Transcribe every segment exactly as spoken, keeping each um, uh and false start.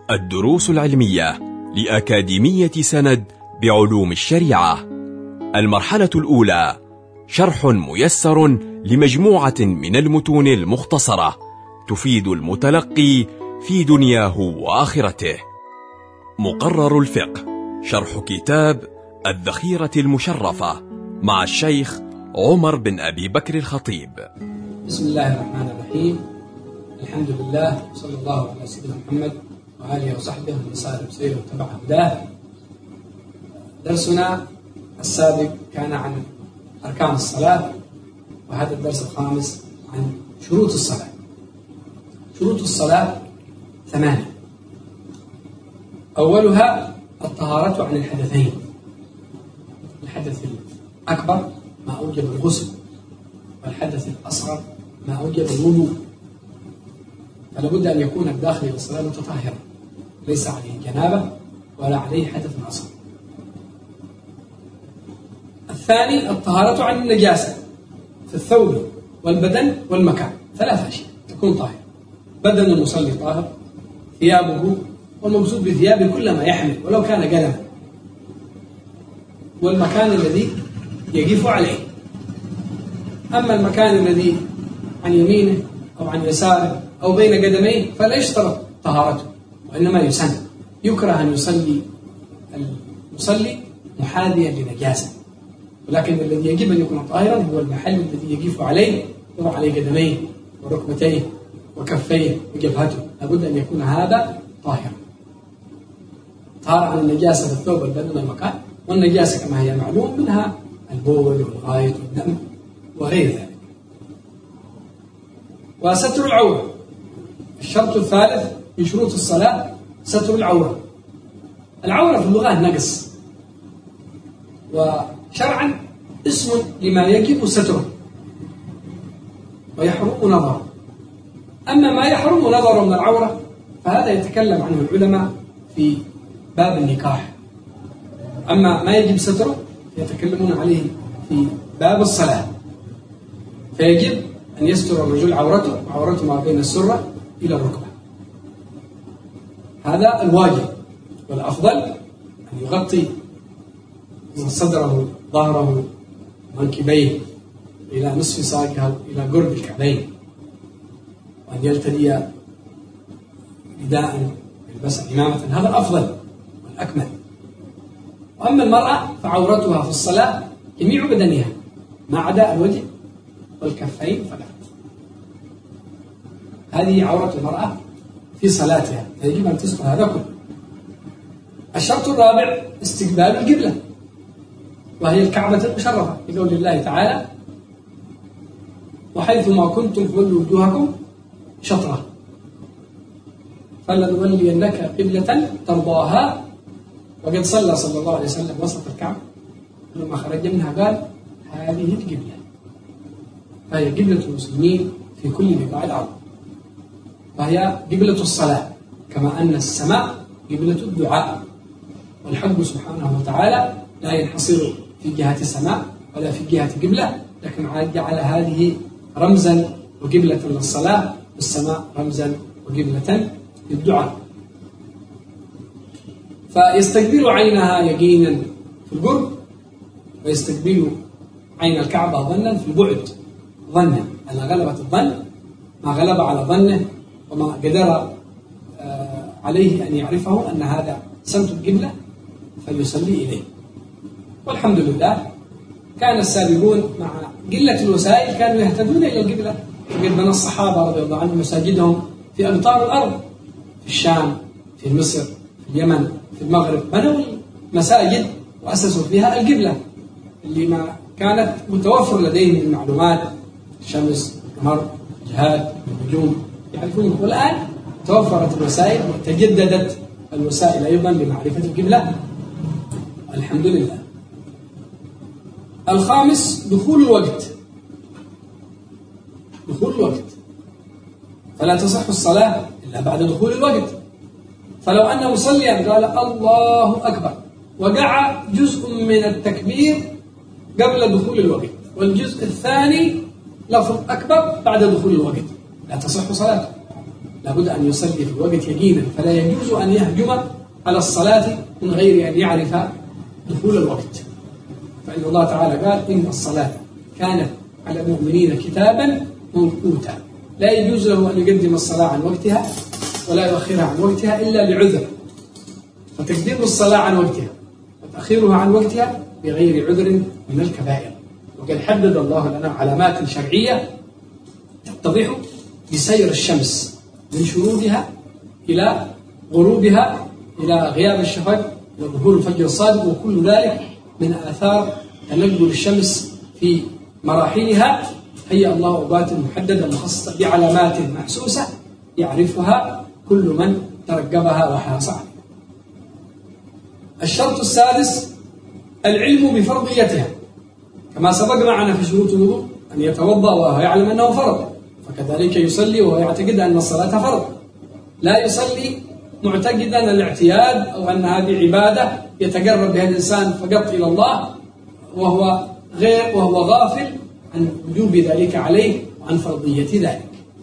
الدروس العلمية لأكاديمية سند بعلوم الشريعة. المرحلة الأولى: شرح ميسر لمجموعة من المتون المختصرة تفيد المتلقي في دنياه وآخرته. مقرر الفقه، شرح كتاب الذخيرة المشرفة مع الشيخ عمر بن أبي بكر الخطيب. بسم الله الرحمن الرحيم. الحمد لله، صلى الله على سيدنا محمد وآله وصحبه ومن سار بسيره واتبع هداه. درسنا السابق كان عن أركان الصلاة، وهذا الدرس الخامس عن شروط الصلاة. شروط الصلاة ثمانية. أولها الطهارة عن الحدثين: الحدث الأكبر ما أوجب الغسل، والحدث الأصغر ما أوجب الوضوء. فلا بد أن يكون الداخل إلى الصلاة متطهرا، ليس عليه جنابة ولا عليه حدث أصغر. الثاني الطهارة عن النجاسة في الثوب والبدن والمكان. ثلاث أشياء تكون طاهرة: بدن المصلي طاهر، ثيابه والمقصود بثيابه كل ما يحمل ولو كان قلما، والمكان الذي يقف عليه. أما المكان الذي عن يمينه أو عن يساره أو بين قدميه فلا يشترط طهارته، وإنما يسن. يكره أن يصلي المصلي محاذيا لنجاسة، ولكن الذي يجب أن يكون طاهرا هو المحل الذي يقف عليه، يضع عليه قدميه وركبتيه وكفيه وجبهته، لابد أن يكون هذا طاهرا. طهارة عن النجاسة في الثوب والبدن والمكان، والنجاسة كما هي معلوم منها البول والغائط والدم وغير ذلك. وستر العورة. الشرط الثالث من شروط الصلاة ستر العورة. العورة في اللغة النقص، وشرعا اسم لما يجب ستره ويحرم نظره. أما ما يحرم نظره من العورة فهذا يتكلم عنه العلماء في باب النكاح. أما ما يجب ستره يتكلمون عليه في باب الصلاة. فيجب أن يستر الرجل عورته وعورته ما بين السرة إلى الركبة، هذا الواجب. والأفضل أن يغطي صدره ظهره منكبيه إلى نصف ساقه إلى قرب الكعبين، وأن يلتدي رداء يلبس إمامة، هذا الأفضل والأكمل. وأما المرأة فعورتها في الصلاة جميع بدنها ما عدا الوجه والكفين فقط. هذه عورة المرأة في صلاتها، فيجب أن تستر هذا كله. الشرط الرابع استقبال القبلة، وهي الكعبة المشرفة، بقول الله تعالى: وحيث ما كنتم فولوا وجوهكم شطرة فلنولينك قبلة ترضاها. وقد صلى صلى الله عليه وسلم وسط الكعبة، لما خرج منها قال: هذه القبلة. فهي قبلة المسلمين في كل بقاع الأرض، وهي قبلة الصلاة، كما أن السماء قبلة الدعاء. والحق سبحانه وتعالى لا ينحصر في جهة السماء ولا في جهة قبلة، لكن جعل هذه رمزا وقبلة للصلاة، والسماء رمزا وقبلة للدعاء. فيستقبل عينها يقينا في القرب، ويستقبل عين الكعبة ظنا في البعد، ظنا على غلبة الظن، ما غلب على ظنه وما قدر عليه أن يعرفه أن هذا سمت القبلة فليصلي إليه. والحمد لله كان السابقون مع قلة الوسائل كانوا يهتدون إلى القبلة، فقد بنى الصحابة رضي الله عنهم مساجدهم في أقطار الأرض، في الشام، في مصر، في اليمن، في المغرب، بنوا مساجد وأسسوا فيها القبلة اللي ما كانت متوفر لديهم من معلومات: الشمس، القمر، الجهاد، النجوم، يعرفون. والآن توفرت الوسائل وتجددت الوسائل أيضا لمعرفة القبلة، الحمد لله. الخامس دخول الوقت. دخول الوقت، فلا تصح الصلاة إلا بعد دخول الوقت. فلو أن مصليا قال الله أكبر وقع جزء من التكبير قبل دخول الوقت، والجزء الثاني لفظ أكبر بعد دخول الوقت، لا تصح صلاته. لابد أن يصلي في الوقت يقينا، فلا يجوز أن يهجم على الصلاة من غير أن يعرف دخول الوقت، فإن الله تعالى قال إن الصلاة كانت على المؤمنين كتابا موقوتا، لا يجوز له أن يقدم الصلاة عن وقتها ولا يؤخرها عن وقتها إلا لعذر، فتقديم الصلاة عن وقتها وتأخيرها عن وقتها بغير عذر من الكبائر. وقد حدد الله لنا علامات شرعية تتضح بسير الشمس من شروقها إلى غروبها إلى غياب الشفق وظهور الفجر الصادق، وكل ذلك من آثار تنقل الشمس في مراحلها. هي الله أوقات محددة مخصصة بعلامات محسوسة يعرفها كل من ترقبها وحاص عليها. الشرط السادس العلم بفرضيتها، كما سبق معنا في شروط الوضوء أن يتوضأ وهو يعلم أنه فرض، فكذلك يصلي وهو يعتقد أن الصلاة فرض، لا يصلي معتقدا الاعتياد أو أن هذه عبادة يتقرب بها الإنسان فقط إلى الله وهو غير وهو غافل عن وجوب ذلك عليه وعن فرضية ذلك.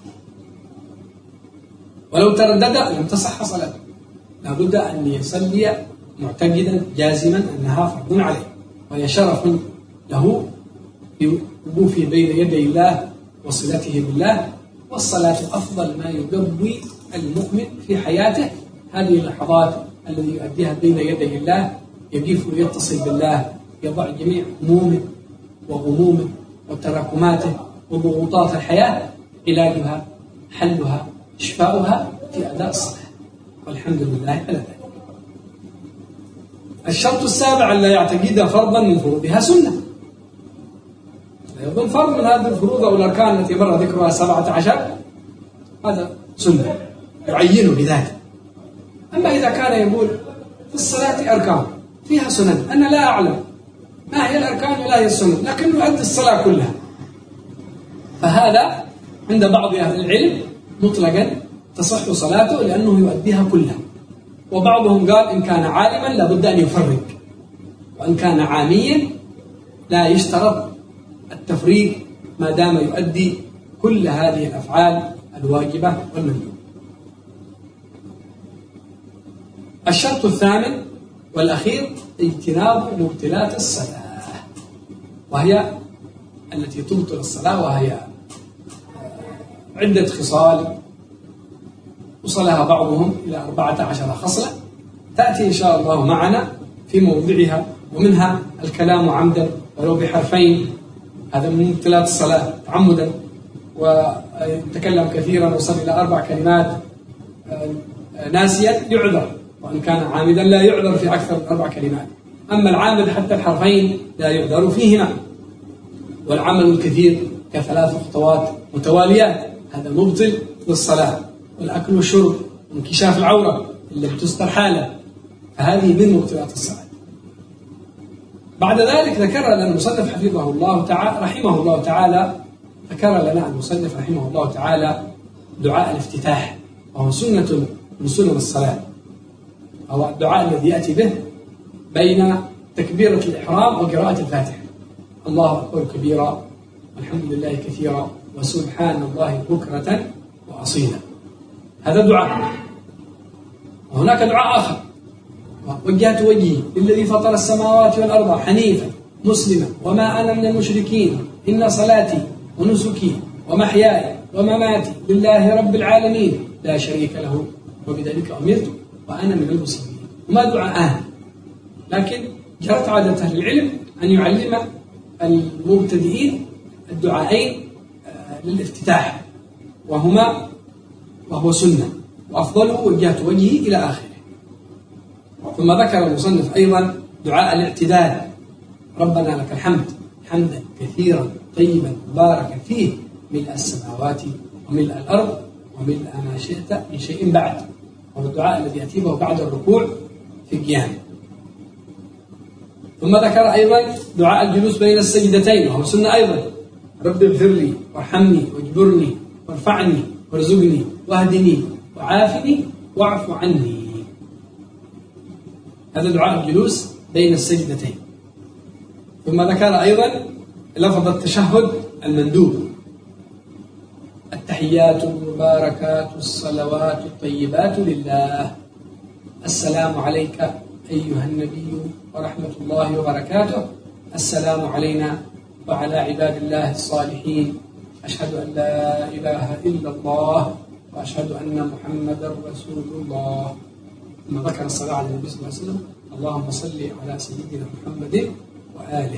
ولو تردد لم تصح صلاته، لابد أن يصلي معتقدا جازما أنها فرض عليه، وهي شرف له بوقوفه بين يدي الله وصلته بالله. والصلاة أفضل ما يقوي المؤمن في حياته، هذه اللحظات التي يؤديها بين يدي الله، يقف ويتصل بالله، يضع جميع همومه وغمومه وتراكماته وضغوطات الحياة، علاجها حلها شفاؤها في أداء الصلاة، والحمد لله على ذلك. الشرط السابع أن لا يعتقد فرضا من فروضها سنة، لا يظن فرض من هذه الفروض أو الأركان التي مر ذكرها سبعة عشر هذا سنة يعينه بذاته. أما إذا كان يقول في الصلاة أركان فيها سنن، أنا لا أعلم ما هي الأركان ولا هي السنن، لكنه يؤدي الصلاة كلها، فهذا عند بعض أهل العلم مطلقا تصح صلاته لأنه يؤديها كلها. وبعضهم قال إن كان عالما لابد أن يفرق، وإن كان عاميا لا يشترط التفريق ما دام يؤدي كل هذه الأفعال الواجبة والمندوبة. الشرط الثامن والأخير اجتناب مبطلات الصلاة، وهي التي تبطل الصلاة، وهي عدة خصال وصلها بعضهم إلى أربعة عشر خصلة تأتي إن شاء الله معنا في موضعها، ومنها الكلام عمدا ولو بحرفين، هذا من مبطلات الصلاة تعمدا، ويتكلم كثيرا وصل إلى أربع كلمات ناسيا يعذر، وإن كان عامدا لا يعذر في أكثر من أربع كلمات. أما العامد حتى الحرفين لا يعذر فيهما. والعمل الكثير كثلاث خطوات متواليات هذا مبطل للصلاة. والأكل والشرب وانكشاف العورة اللي بتستر حاله، فهذه من مبطلات الصلاة. بعد ذلك ذكر لنا المصنف حفظه الله تعالى رحمه الله تعالى ذكر لنا المصنف رحمه الله تعالى دعاء الافتتاح، وهو سنة من سنن الصلاة، هو الدعاء الذي يأتي به بين تكبيرة الإحرام وقراءة الفاتحة: الله أكبر كبيرا والحمد لله كثيرا وسبحان الله بكرة وأصيلا. هذا دعاء. وهناك دعاء آخر: وجهت وجهي للذي فطر السماوات والأرض حنيفا مسلما وما أنا من المشركين إن صلاتي ونسكي ومحياي ومماتي لله رب العالمين لا شريك له وبذلك أمرت وأنا من المسلمين. وما دعاء، لكن جرت عادة أهل العلم أن يعلم المبتدئين الدعائين للافتتاح، وهما وهو سنة، وأفضله وجهت وجهي إلى آخره. ثم ذكر المصنف أيضا دعاء الاعتدال: ربنا لك الحمد حمدا كثيرا طيبا مباركا فيه ملء السماوات وملء الأرض وملء ما شئت من شيء بعد. وهو الدعاء الذي يأتي به بعد الركوع في القيام. ثم ذكر أيضا دعاء الجلوس بين السجدتين، وهو سنة أيضا: رب اغفر لي وارحمني واجبرني وارفعني وارزقني واهدني وعافني واعف عني. هذا دعاء الجلوس بين السجدتين. ثم ذكر أيضا لفظ التشهد المندوب: التحيات المباركات الصلوات الطيبات لله. السلام عليك أيها النبي ورحمة الله وبركاته. السلام علينا وعلى عباد الله الصالحين. أشهد أن لا إله إلا الله وأشهد أن محمدا رسول الله. ثم ذكر الصلاة على النبي صلى الله عليه وسلم: اللهم صل على سيدنا محمد وآله.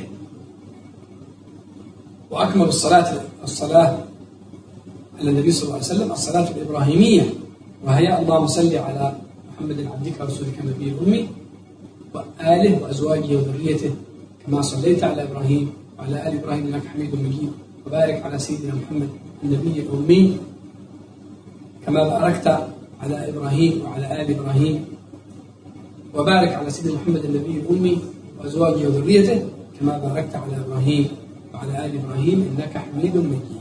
وأكمل الصلاة الصلاة على النبي صلى الله عليه وسلم الصلاة الإبراهيمية، وهي: اللهم صل على محمد عبدك ورسولك النبي الأمي وآله وأزواجه وذريته كما صليت على إبراهيم وعلى آل إبراهيم إنك حميد مجيد، وبارك على سيدنا محمد النبي الأمي كما باركت على إبراهيم وعلى آل إبراهيم، وبارك على سيدنا محمد النبي الأمي وأزواجه وذريته كما باركت على إبراهيم وعلى آل إبراهيم إنك حميد مجيد.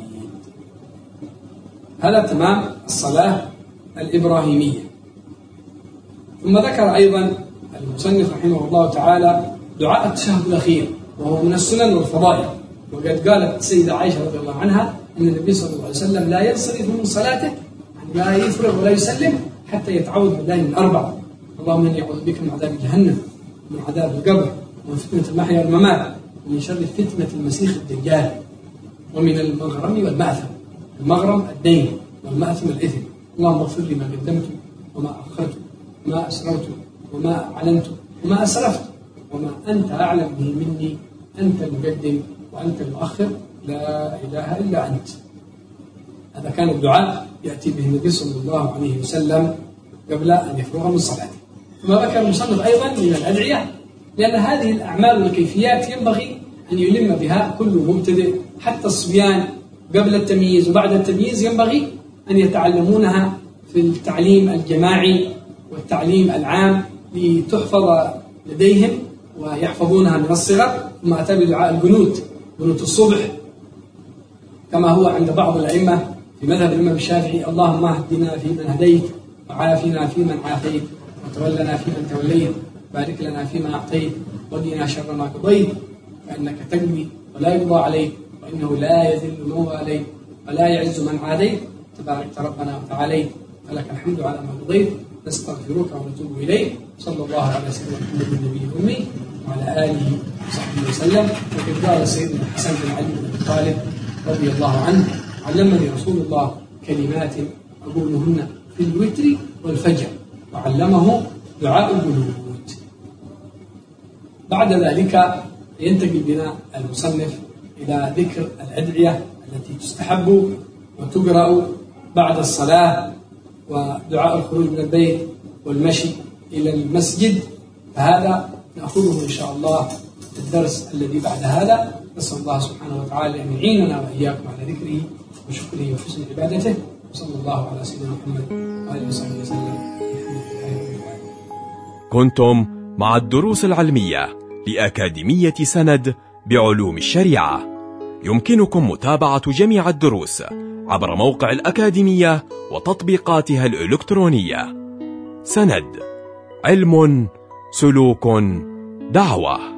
هذا تمام الصلاة الإبراهيمية. ثم ذكر أيضا المصنف رحمه الله تعالى دعاء التشهد الأخير، وهو من السنن والفضائل. وقد قالت السيدة عائشة رضي الله عنها أن النبي صلى الله عليه وسلم لا ينصرف من صلاته، لا يفرغ ولا يسلم حتى يتعوذ بالله من أربع: اللهم إني أعوذ بك من عذاب جهنم ومن عذاب القبر ومن فتنة المحيا والممات ومن شر فتنة المسيح الدجال ومن المغرم والمأثم. المغرم الدين والمأثم الإثم. اللهم اغفر لي ما قدمت وما أخرت وما أسررت وما أعلنت وما أسرفت وما أنت أعلم به مني، أنت المقدم وأنت المؤخر، لا إله إلا أنت. هذا كان الدعاء يأتي به النبي صلى الله عليه وسلم قبل أن يفرغ من صلاته. ثم ذكر المصنف أيضا من الأدعية، لأن هذه الأعمال والكيفيات ينبغي أن يلم بها كل مبتدئ، حتى الصبيان قبل التمييز وبعد التمييز ينبغي أن يتعلمونها في التعليم الجماعي والتعليم العام لتحفظ لديهم ويحفظونها من الصغر. ثم أتى بدعاء القنوت، قنوت الصبح، كما هو عند بعض الأئمة في مذهب الإمام الشافعي: اللهم اهدنا فيمن هديت وعافنا فيمن عافيت وتولنا فيمن توليت بارك لنا فيما أعطيت وقنا شر ما قضيت فإنك تقضي ولا يقضى عليك وإنه لا يذل من واليت ولا يعز من عاديت تباركت ربنا وتعاليت فلك الحمد على ما قضيت نستغفرك ونتوب إليك. صلى الله على سيدنا محمد النبي الأمي وعلى آله وصحبه وسلم. وقد قال سيدنا الحسن بن علي بن أبي طالب رضي الله عنه: علمني رسول الله كلمات أقولهن في الوتر والفجر، وعلمه دعاء القنوت. بعد ذلك ينتقل بنا المصنف إلى ذكر الأدعية التي تستحب وتقرأ بعد الصلاة، ودعاء الخروج من البيت والمشي إلى المسجد. فهذا نأخذه إن شاء الله في الدرس الذي بعد هذا. نسأل الله سبحانه وتعالى أن يعيننا وإياكم على ذكره وشكره وحسن عبادته، وصلى الله على سيدنا محمد وآله وصحبه وسلم. كنتم مع الدروس العلمية لأكاديمية سند بعلوم الشريعة. يمكنكم متابعة جميع الدروس عبر موقع الأكاديمية وتطبيقاتها الإلكترونية. سند، علم، سلوك، دعوة.